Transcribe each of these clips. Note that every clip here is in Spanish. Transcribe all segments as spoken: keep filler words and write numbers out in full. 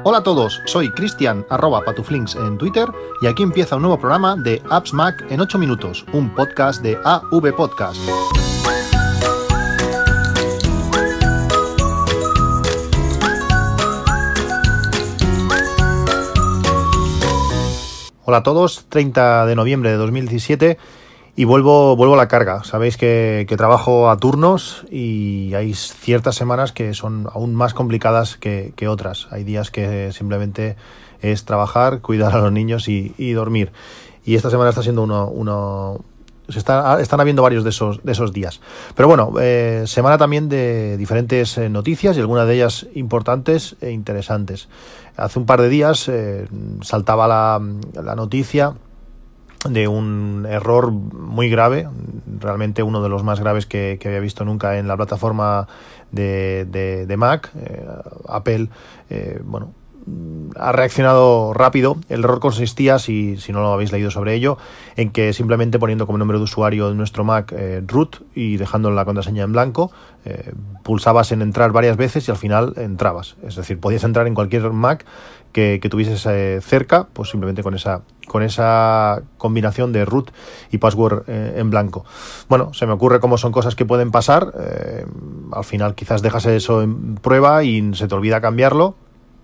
Hola a todos, soy Cristian, arroba patuflinks en Twitter, y aquí empieza un nuevo programa de Apps Mac en ocho minutos, un podcast de A V Podcast. Hola a todos, treinta de noviembre de dos mil diecisiete y vuelvo, vuelvo a la carga. Sabéis que, que trabajo a turnos y hay ciertas semanas que son aún más complicadas que, que otras. Hay días que simplemente es trabajar, cuidar a los niños y, y dormir. Y esta semana está siendo uno... uno se está, están habiendo varios de esos, de esos días. Pero bueno, eh, semana también de diferentes eh, noticias y algunas de ellas importantes e interesantes. Hace un par de días eh, saltaba la, la noticia de un error muy grave, realmente uno de los más graves que, que había visto nunca en la plataforma de, de, de Mac. Eh, Apple, eh, bueno, ha reaccionado rápido. El error consistía, si, si no lo habéis leído sobre ello, en que simplemente poniendo como nombre de usuario de nuestro Mac eh, root y dejando la contraseña en blanco, eh, pulsabas en entrar varias veces y al final entrabas. Es decir, podías entrar en cualquier Mac que, que tuvieses eh, cerca, pues simplemente con esa con esa combinación de root y password eh, en blanco. Bueno, se me ocurre cómo son cosas que pueden pasar. Eh, al final quizás dejas eso en prueba y se te olvida cambiarlo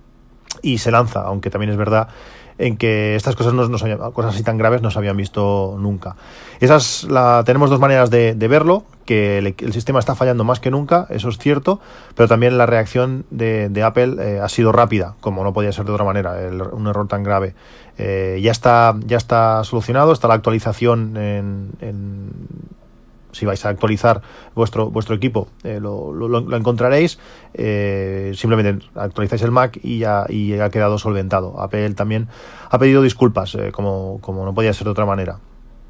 y se lanza, aunque también es verdad en que estas cosas no, no se habían, cosas así tan graves no se habían visto nunca. Esas la, tenemos dos maneras de, de verlo, que el, el sistema está fallando más que nunca, eso es cierto, pero también la reacción de, de Apple eh, ha sido rápida, como no podía ser de otra manera, el, un error tan grave. Eh, ya está, ya está solucionado, está la actualización en, en si vais a actualizar vuestro vuestro equipo, eh, lo, lo, lo encontraréis. Eh, simplemente actualizáis el Mac y ya, y ya ha quedado solventado. Apple también ha pedido disculpas, eh, como, como no podía ser de otra manera.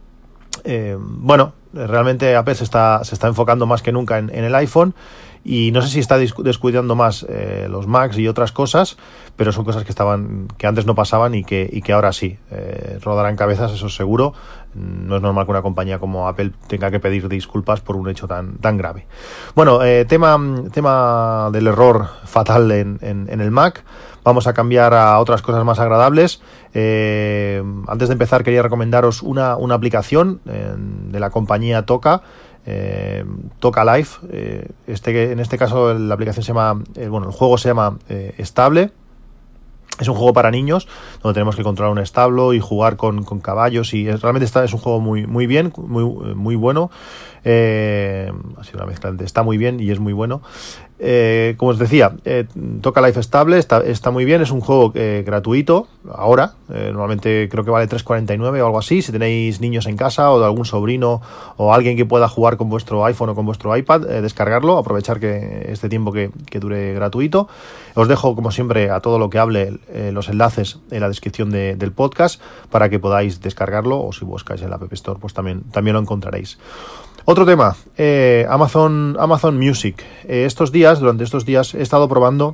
Eh, bueno, realmente Apple se está, se está enfocando más que nunca en, en el iPhone, y no sé si está descuidando más eh, los Macs y otras cosas, pero son cosas que estaban que antes no pasaban y que, y que ahora sí. Eh, rodarán cabezas, eso es seguro. No es normal que una compañía como Apple tenga que pedir disculpas por un hecho tan, tan grave. Bueno, eh, tema, tema del error fatal en, en, en el Mac. Vamos a cambiar a otras cosas más agradables. Eh, antes de empezar quería recomendaros una, una aplicación eh, de la compañía Toca. Eh, Toca Live. Eh, este, en este caso la aplicación se llama, eh, bueno, el juego se llama eh, Estable. Es un juego para niños donde tenemos que controlar un establo y jugar con, con caballos, y es, realmente está, es un juego muy, muy bien, muy, muy bueno. Eh, ha sido una mezcla, está muy bien y es muy bueno. Eh, como os decía, eh, Toca Life Estable está, está muy bien. Es un juego eh, gratuito ahora, eh, normalmente creo que vale tres cuarenta y nueve o algo así. Si tenéis niños en casa o de algún sobrino o alguien que pueda jugar con vuestro iPhone o con vuestro iPad, eh, descargarlo, aprovechar que este tiempo que, que dure gratuito. Os dejo, como siempre, a todo lo que hable eh, los enlaces en la descripción de, del podcast para que podáis descargarlo, o si buscáis en la App Store pues también, también lo encontraréis. Otro tema, eh, Amazon, Amazon Music. Eh, estos días, durante estos días, he estado probando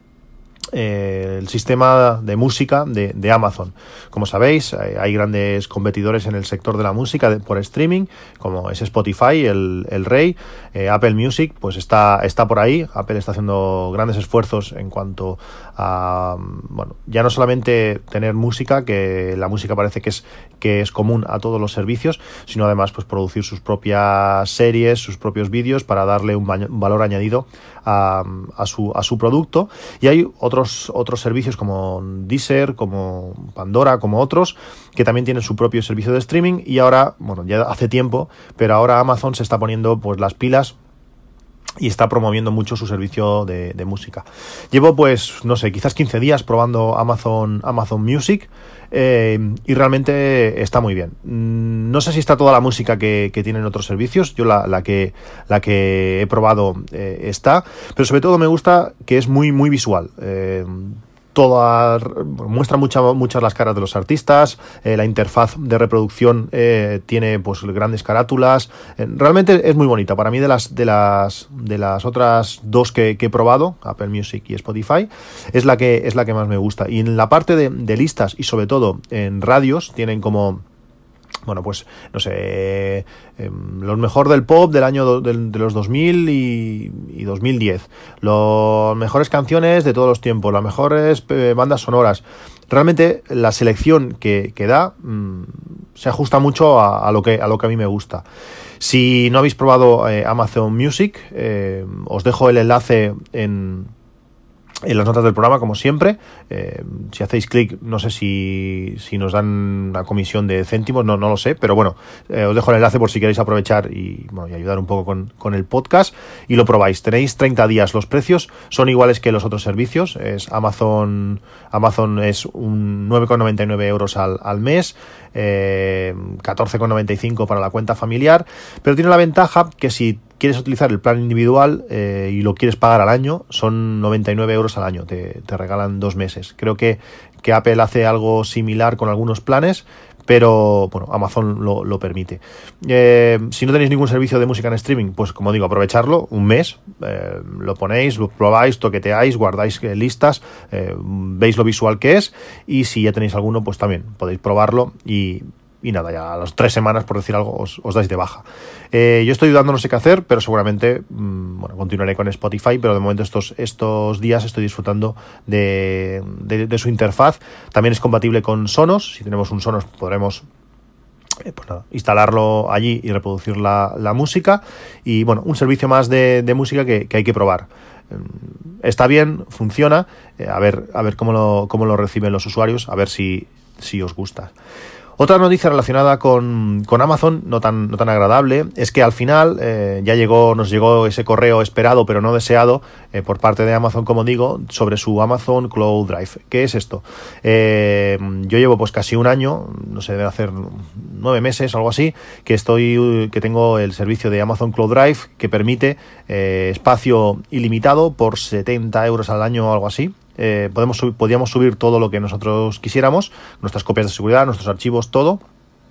eh, el sistema de música de, de Amazon. Como sabéis, hay, hay grandes competidores en el sector de la música de, por streaming, como es Spotify, el, el rey. Eh, Apple Music pues está, está por ahí. Apple está haciendo grandes esfuerzos en cuanto a, bueno, ya no solamente tener música, que la música parece que es que es común a todos los servicios, sino además pues producir sus propias series, sus propios vídeos para darle un, ba- un valor añadido a, a su a su producto. Y hay otros otros servicios como Deezer, como Pandora, como otros que también tienen su propio servicio de streaming, y ahora, bueno, ya hace tiempo, pero ahora Amazon se está poniendo pues las pilas y está promoviendo mucho su servicio de, de música. Llevo pues, no sé, quizás quince días probando Amazon, Amazon Music, eh, y realmente está muy bien. No sé si está toda la música que, que tienen otros servicios. Yo la, la, que, la que he probado eh, está, pero sobre todo me gusta que es muy, muy visual. Eh, Toda, muestra mucha, muchas las caras de los artistas, eh, la interfaz de reproducción eh, tiene pues grandes carátulas, eh, realmente es muy bonita. Para mí de las de las de las otras dos que, que he probado, Apple Music y Spotify, es la que es la que más me gusta. Y en la parte de, de listas y sobre todo en radios tienen como bueno, pues, no sé, eh, eh, lo mejor del pop del año do, de, de los dos mil y, y dos mil diez, las mejores canciones de todos los tiempos, las mejores eh, bandas sonoras. Realmente la selección que, que da mmm, se ajusta mucho a, a, lo que, a lo que a mí me gusta. Si no habéis probado eh, Amazon Music, eh, os dejo el enlace en... en las notas del programa, como siempre. Eh, si hacéis clic, no sé si, si nos dan una comisión de céntimos, no, no lo sé, pero bueno, eh, os dejo el enlace por si queréis aprovechar y, bueno, y ayudar un poco con, con el podcast, y lo probáis. Tenéis treinta días. Los precios son iguales que los otros servicios. Es Amazon, Amazon es un nueve con noventa y nueve euros al, al mes, eh, catorce con noventa y cinco para la cuenta familiar, pero tiene la ventaja que si quieres utilizar el plan individual eh, y lo quieres pagar al año, son noventa y nueve euros al año, te, te regalan dos meses. Creo que, que Apple hace algo similar con algunos planes, pero bueno, Amazon lo, lo permite. Eh, si no tenéis ningún servicio de música en streaming, pues como digo, aprovecharlo, un mes, eh, lo ponéis, lo probáis, toqueteáis, guardáis eh, listas, eh, veis lo visual que es, y si ya tenéis alguno, pues también podéis probarlo y... y nada, ya a las tres semanas, por decir algo, os, os dais de baja. Eh, yo estoy dudando, no sé qué hacer, pero seguramente mmm, bueno, continuaré con Spotify, pero de momento estos, estos días estoy disfrutando de, de, de su interfaz. También es compatible con Sonos. Si tenemos un Sonos podremos eh, pues nada, instalarlo allí y reproducir la, la música. Y bueno, un servicio más de, de música que, que hay que probar. Está bien, funciona, eh, a ver, a ver cómo lo, cómo lo reciben los usuarios, a ver si, si os gusta. Otra noticia relacionada con, con Amazon, no tan, no tan agradable, es que al final eh, ya llegó, nos llegó ese correo esperado pero no deseado eh, por parte de Amazon, como digo, sobre su Amazon Cloud Drive. ¿Qué es esto? Eh, yo llevo pues casi un año, no sé, debe hacer nueve meses o algo así, que estoy, que tengo el servicio de Amazon Cloud Drive que permite eh, espacio ilimitado por setenta euros al año o algo así. Eh, podemos sub- podíamos subir todo lo que nosotros quisiéramos, nuestras copias de seguridad, nuestros archivos, todo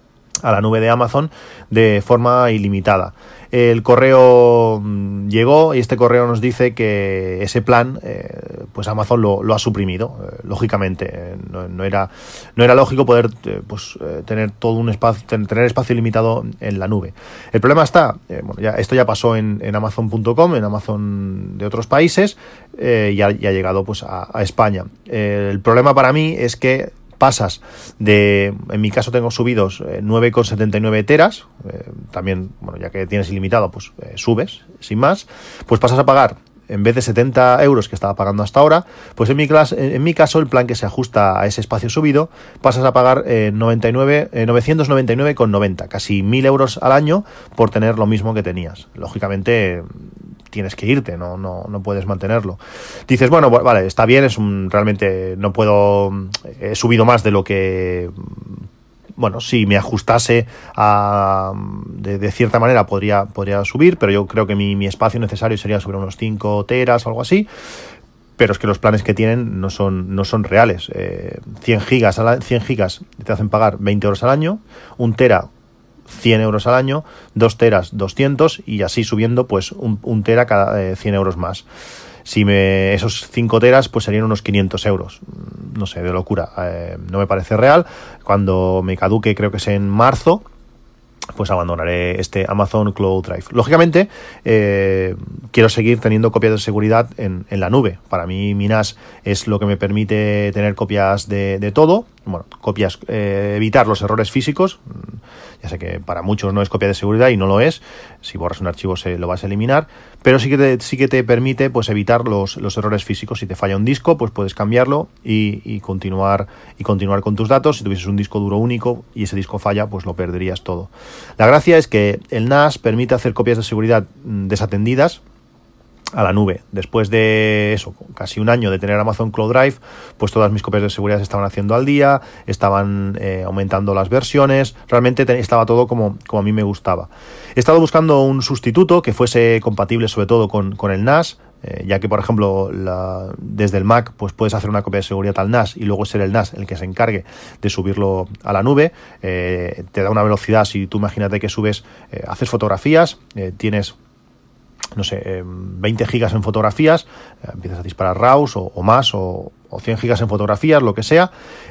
a la nube de Amazon de forma ilimitada. El correo mmm, llegó y este correo nos dice que ese plan eh, pues Amazon lo, lo ha suprimido. Eh, lógicamente eh, no, no era no era lógico poder eh, pues eh, tener todo un espacio tener espacio ilimitado en la nube. El problema está, eh, bueno, ya esto ya pasó en, en Amazon punto com, en Amazon de otros países, eh, y, ha, y ha llegado pues a, a España. Eh, el problema para mí es que pasas de, en mi caso tengo subidos eh, nueve con setenta y nueve teras, eh, también, bueno, ya que tienes ilimitado, pues eh, subes, sin más, pues pasas a pagar, en vez de setenta euros que estaba pagando hasta ahora, pues en mi, clase, en mi caso el plan que se ajusta a ese espacio subido, pasas a pagar eh, noventa y nueve, eh, novecientos noventa y nueve con noventa, casi mil euros al año por tener lo mismo que tenías. Lógicamente tienes que irte, no, no, no puedes mantenerlo. Dices, bueno, vale, está bien, es un, realmente no puedo, he subido más de lo que, bueno, si me ajustase a, de, de cierta manera podría, podría subir, pero yo creo que mi, mi espacio necesario sería subir unos cinco teras o algo así. Pero es que los planes que tienen no son, no son reales. Eh, cien gigas, al, cien gigas te hacen pagar veinte euros al año, un tera cien euros al año, dos teras doscientos y así subiendo pues un, un tera cada eh, cien euros más. Si me, esos cinco teras pues serían unos quinientos euros. No sé, de locura. Eh, no me parece real. Cuando me caduque, creo que es en marzo, pues abandonaré este Amazon Cloud Drive. Lógicamente, eh, quiero seguir teniendo copias de seguridad en, en la nube. Para mí, mi N A S es lo que me permite tener copias de, de todo. Bueno, copias, eh, evitar los errores físicos. Ya sé que para muchos no es copia de seguridad y no lo es. Si borras un archivo se lo vas a eliminar. Pero sí que te, sí que te permite pues evitar los, los errores físicos. Si te falla un disco, pues puedes cambiarlo y, y continuar y continuar con tus datos. Si tuvieses un disco duro único y ese disco falla, pues lo perderías todo. La gracia es que el N A S permite hacer copias de seguridad desatendidas a la nube. Después de eso, casi un año de tener Amazon Cloud Drive, pues todas mis copias de seguridad se estaban haciendo al día, estaban eh, aumentando las versiones, realmente te, estaba todo como, como a mí me gustaba. He estado buscando un sustituto que fuese compatible sobre todo con, con el N A S, eh, ya que por ejemplo la, desde el Mac pues puedes hacer una copia de seguridad al N A S y luego ser el N A S el que se encargue de subirlo a la nube. Eh, te da una velocidad, si tú imagínate que subes, eh, haces fotografías, eh, tienes no sé, eh, veinte gigas en fotografías, eh, empiezas a disparar RAWs o, o más o, o cien gigas en fotografías, lo que sea,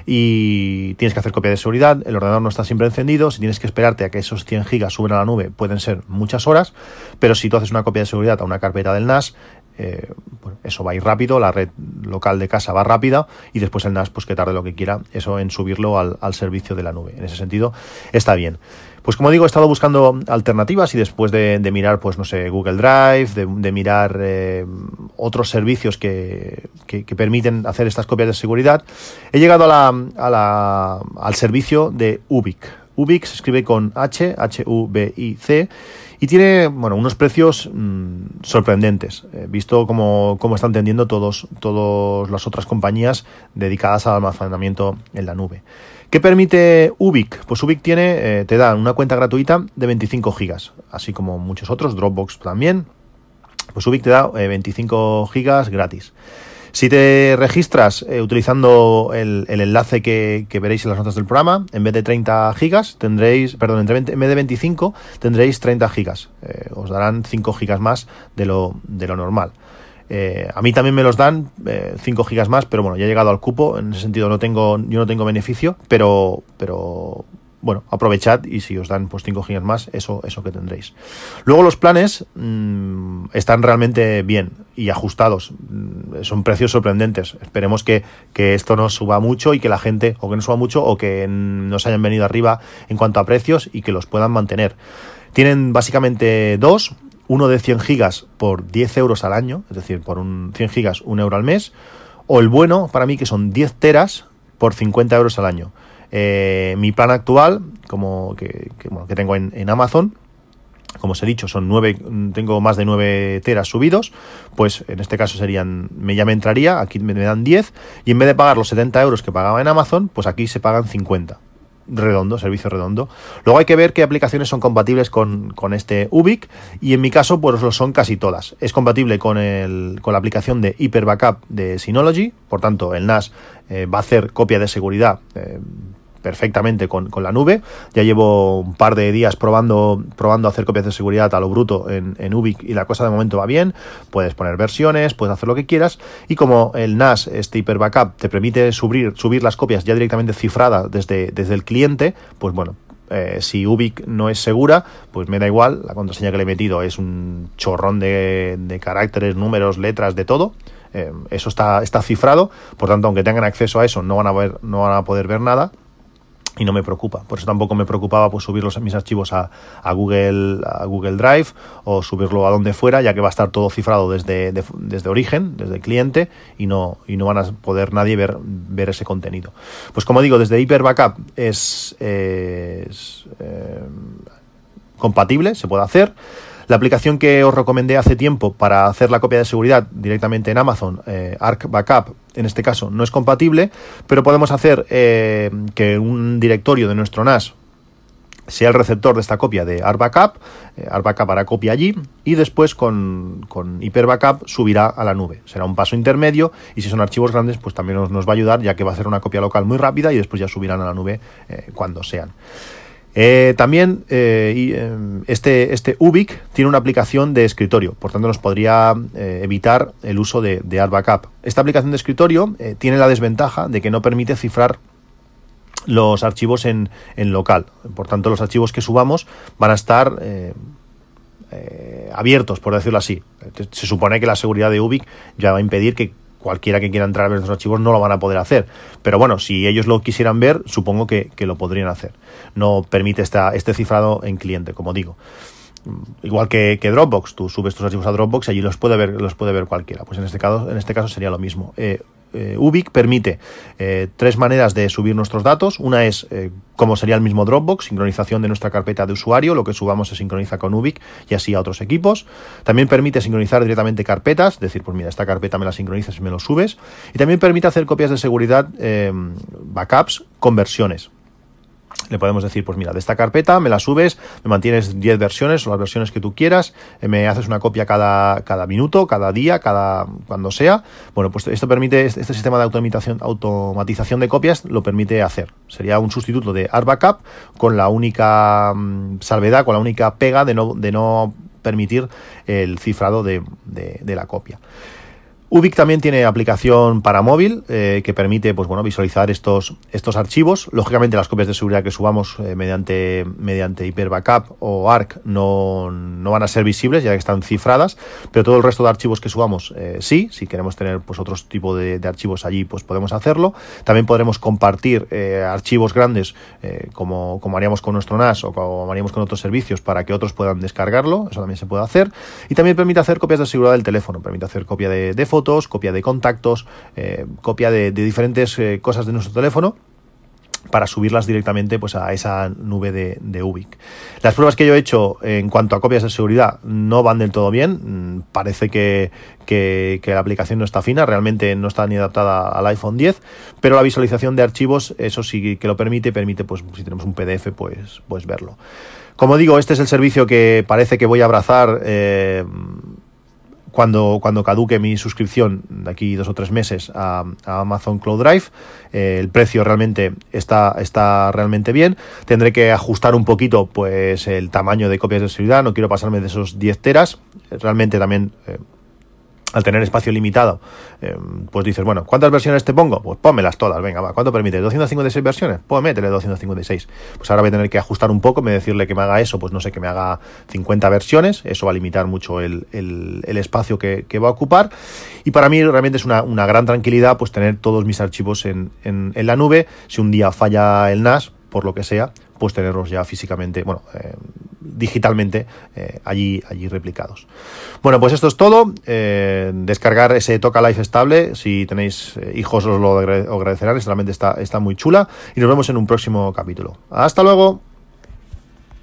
y tienes que hacer copia de seguridad, el ordenador no está siempre encendido, si tienes que esperarte a que esos cien gigas suben a la nube pueden ser muchas horas, pero si tú haces una copia de seguridad a una carpeta del N A S, eh, bueno, eso va a ir rápido, la red local de casa va rápida y después el N A S pues que tarde lo que quiera, eso en subirlo al, al servicio de la nube. En ese sentido está bien. Pues como digo, he estado buscando alternativas y después de, de mirar, pues no sé, Google Drive, de, de mirar eh, otros servicios que, que, que permiten hacer estas copias de seguridad, he llegado a la, a la, al servicio de Ubic. Ubic se escribe con H, H U B I C, y tiene, bueno, unos precios mmm, sorprendentes, eh, visto cómo, cómo están tendiendo todos, todas las otras compañías dedicadas al almacenamiento en la nube. ¿Qué permite Ubic? Pues Ubic tiene, eh, te da una cuenta gratuita de veinticinco gigas, así como muchos otros, Dropbox también. Pues Ubic te da eh, veinticinco gigas gratis. Si te registras eh, utilizando el, el enlace que, que veréis en las notas del programa, en vez de treinta gigas tendréis, perdón, entre veinte, en vez de veinticinco tendréis treinta gigas. Eh, os darán cinco gigas más de lo, de lo normal. Eh, a mí también me los dan eh, cinco gigas más, pero bueno, ya he llegado al cupo, en ese sentido no tengo, yo no tengo beneficio, pero, pero bueno, aprovechad y si os dan pues cinco gigas más, eso, eso que tendréis. Luego los planes mmm, están realmente bien y ajustados, son precios sorprendentes. Esperemos que, que esto no suba mucho y que la gente, o que no suba mucho, o que no se hayan venido arriba en cuanto a precios y que los puedan mantener. Tienen básicamente dos. Uno de cien gigas por diez euros al año, es decir, por un cien gigas, un euro al mes, o el bueno, para mí, que son diez teras por cincuenta euros al año. Eh, mi plan actual, como que, que, bueno, que tengo en, en Amazon, como os he dicho, son nueve, tengo más de nueve teras subidos, pues en este caso serían, me ya me entraría, aquí me, me dan diez, y en vez de pagar los setenta euros que pagaba en Amazon, pues aquí se pagan cincuenta. Redondo, servicio redondo. Luego hay que ver qué aplicaciones son compatibles con, con este Ubic, y en mi caso pues lo son casi todas. Es compatible con, el, con la aplicación de Hyper Backup de Synology, por tanto el N A S eh, va a hacer copia de seguridad eh, perfectamente con, con la nube. Ya llevo un par de días probando probando hacer copias de seguridad a lo bruto en, en Ubic y la cosa de momento va bien. Puedes poner versiones, puedes hacer lo que quieras, y como el N A S, este Hyper Backup, te permite subir, subir las copias ya directamente cifradas desde, desde el cliente, pues bueno, eh, si Ubic no es segura, pues me da igual, la contraseña que le he metido es un chorrón de, de caracteres, números, letras, de todo. Eh, eso está, está cifrado, por tanto, aunque tengan acceso a eso, no van a ver, no van a poder ver nada. Y no me preocupa, por eso tampoco me preocupaba pues subir los, mis archivos a, a Google a Google Drive o subirlo a donde fuera, ya que va a estar todo cifrado desde, de, desde origen, desde el cliente, y no, y no van a poder nadie ver, ver ese contenido. Pues como digo, desde Hyper Backup es, es eh, compatible, se puede hacer. La aplicación que os recomendé hace tiempo para hacer la copia de seguridad directamente en Amazon, eh, Arc Backup, en este caso no es compatible, pero podemos hacer eh, que un directorio de nuestro N A S sea el receptor de esta copia de Arc Backup, eh, Arc Backup hará copia allí y después con, con Hyper Backup subirá a la nube. Será un paso intermedio y si son archivos grandes pues también nos, nos va a ayudar, ya que va a hacer una copia local muy rápida y después ya subirán a la nube eh, cuando sean. Eh, también eh, este, este Ubic tiene una aplicación de escritorio, por tanto nos podría eh, evitar el uso de, de Arc Backup. Esta aplicación de escritorio eh, tiene la desventaja de que no permite cifrar los archivos en, en local, por tanto los archivos que subamos van a estar eh, eh, abiertos, por decirlo así. Se supone que la seguridad de Ubic ya va a impedir que cualquiera que quiera entrar a ver los archivos no lo van a poder hacer. Pero bueno, si ellos lo quisieran ver, supongo que, que lo podrían hacer. No permite esta, este cifrado en cliente, como digo. Igual que, que Dropbox, tú subes tus archivos a Dropbox y allí los puede ver, los puede ver cualquiera. Pues en este caso, en este caso sería lo mismo. Eh, eh, Ubic permite eh, tres maneras de subir nuestros datos. Una es, eh, como sería el mismo Dropbox, sincronización de nuestra carpeta de usuario. Lo que subamos se sincroniza con Ubic y así a otros equipos. También permite sincronizar directamente carpetas, es decir, pues mira, esta carpeta me la sincronizas y me lo subes. Y también permite hacer copias de seguridad, eh, backups con versiones. Le podemos decir, pues mira, de esta carpeta me la subes, me mantienes diez versiones o las versiones que tú quieras, eh, me haces una copia cada, cada minuto, cada día, cada cuando sea. Bueno, pues esto permite, este sistema de automatización, automatización de copias lo permite hacer. Sería un sustituto de Arc Backup con la única mmm, salvedad, con la única pega de no, de no permitir el cifrado de, de, de la copia. Ubic también tiene aplicación para móvil eh, que permite pues, bueno, visualizar estos, estos archivos. Lógicamente las copias de seguridad que subamos eh, mediante, mediante Hyper Backup o A R C no, no van a ser visibles ya que están cifradas, pero todo el resto de archivos que subamos eh, sí. Si queremos tener pues, otro tipo de, de archivos allí, pues podemos hacerlo. También podremos compartir eh, archivos grandes eh, como, como haríamos con nuestro N A S o como haríamos con otros servicios para que otros puedan descargarlo. Eso también se puede hacer. Y también permite hacer copias de seguridad del teléfono. Permite hacer copia de, de fotos, copia de contactos, eh, copia de, de diferentes eh, cosas de nuestro teléfono para subirlas directamente pues, a esa nube de, de Ubic. Las pruebas que yo he hecho en cuanto a copias de seguridad no van del todo bien. Parece que, que, que la aplicación no está fina, realmente no está ni adaptada al iPhone diez, pero la visualización de archivos, eso sí que lo permite, permite pues si tenemos un P D F, pues, pues verlo. Como digo, este es el servicio que parece que voy a abrazar eh, Cuando, cuando caduque mi suscripción de aquí dos o tres meses a, a Amazon Cloud Drive. Eh, el precio realmente está, está realmente bien. Tendré que ajustar un poquito pues el tamaño de copias de seguridad. No quiero pasarme de esos diez teras. Realmente también eh, al tener espacio limitado, eh, pues dices, bueno, ¿cuántas versiones te pongo? Pues pónmelas todas, venga, va, ¿cuánto permite? ¿doscientas cincuenta y seis versiones? Pues métele doscientas cincuenta y seis. Pues ahora voy a tener que ajustar un poco, me decirle que me haga eso, pues no sé, que me haga cincuenta versiones, eso va a limitar mucho el, el, el espacio que, que va a ocupar, y para mí realmente es una, una gran tranquilidad pues tener todos mis archivos en, en, en la nube. Si un día falla el N A S, por lo que sea, pues tenerlos ya físicamente, bueno, eh, digitalmente eh, allí, allí replicados. Bueno, pues esto es todo. Eh, descargar ese Toca Life estable, si tenéis eh, hijos os lo agradecerán, realmente está, está muy chula, y nos vemos en un próximo capítulo. ¡Hasta luego!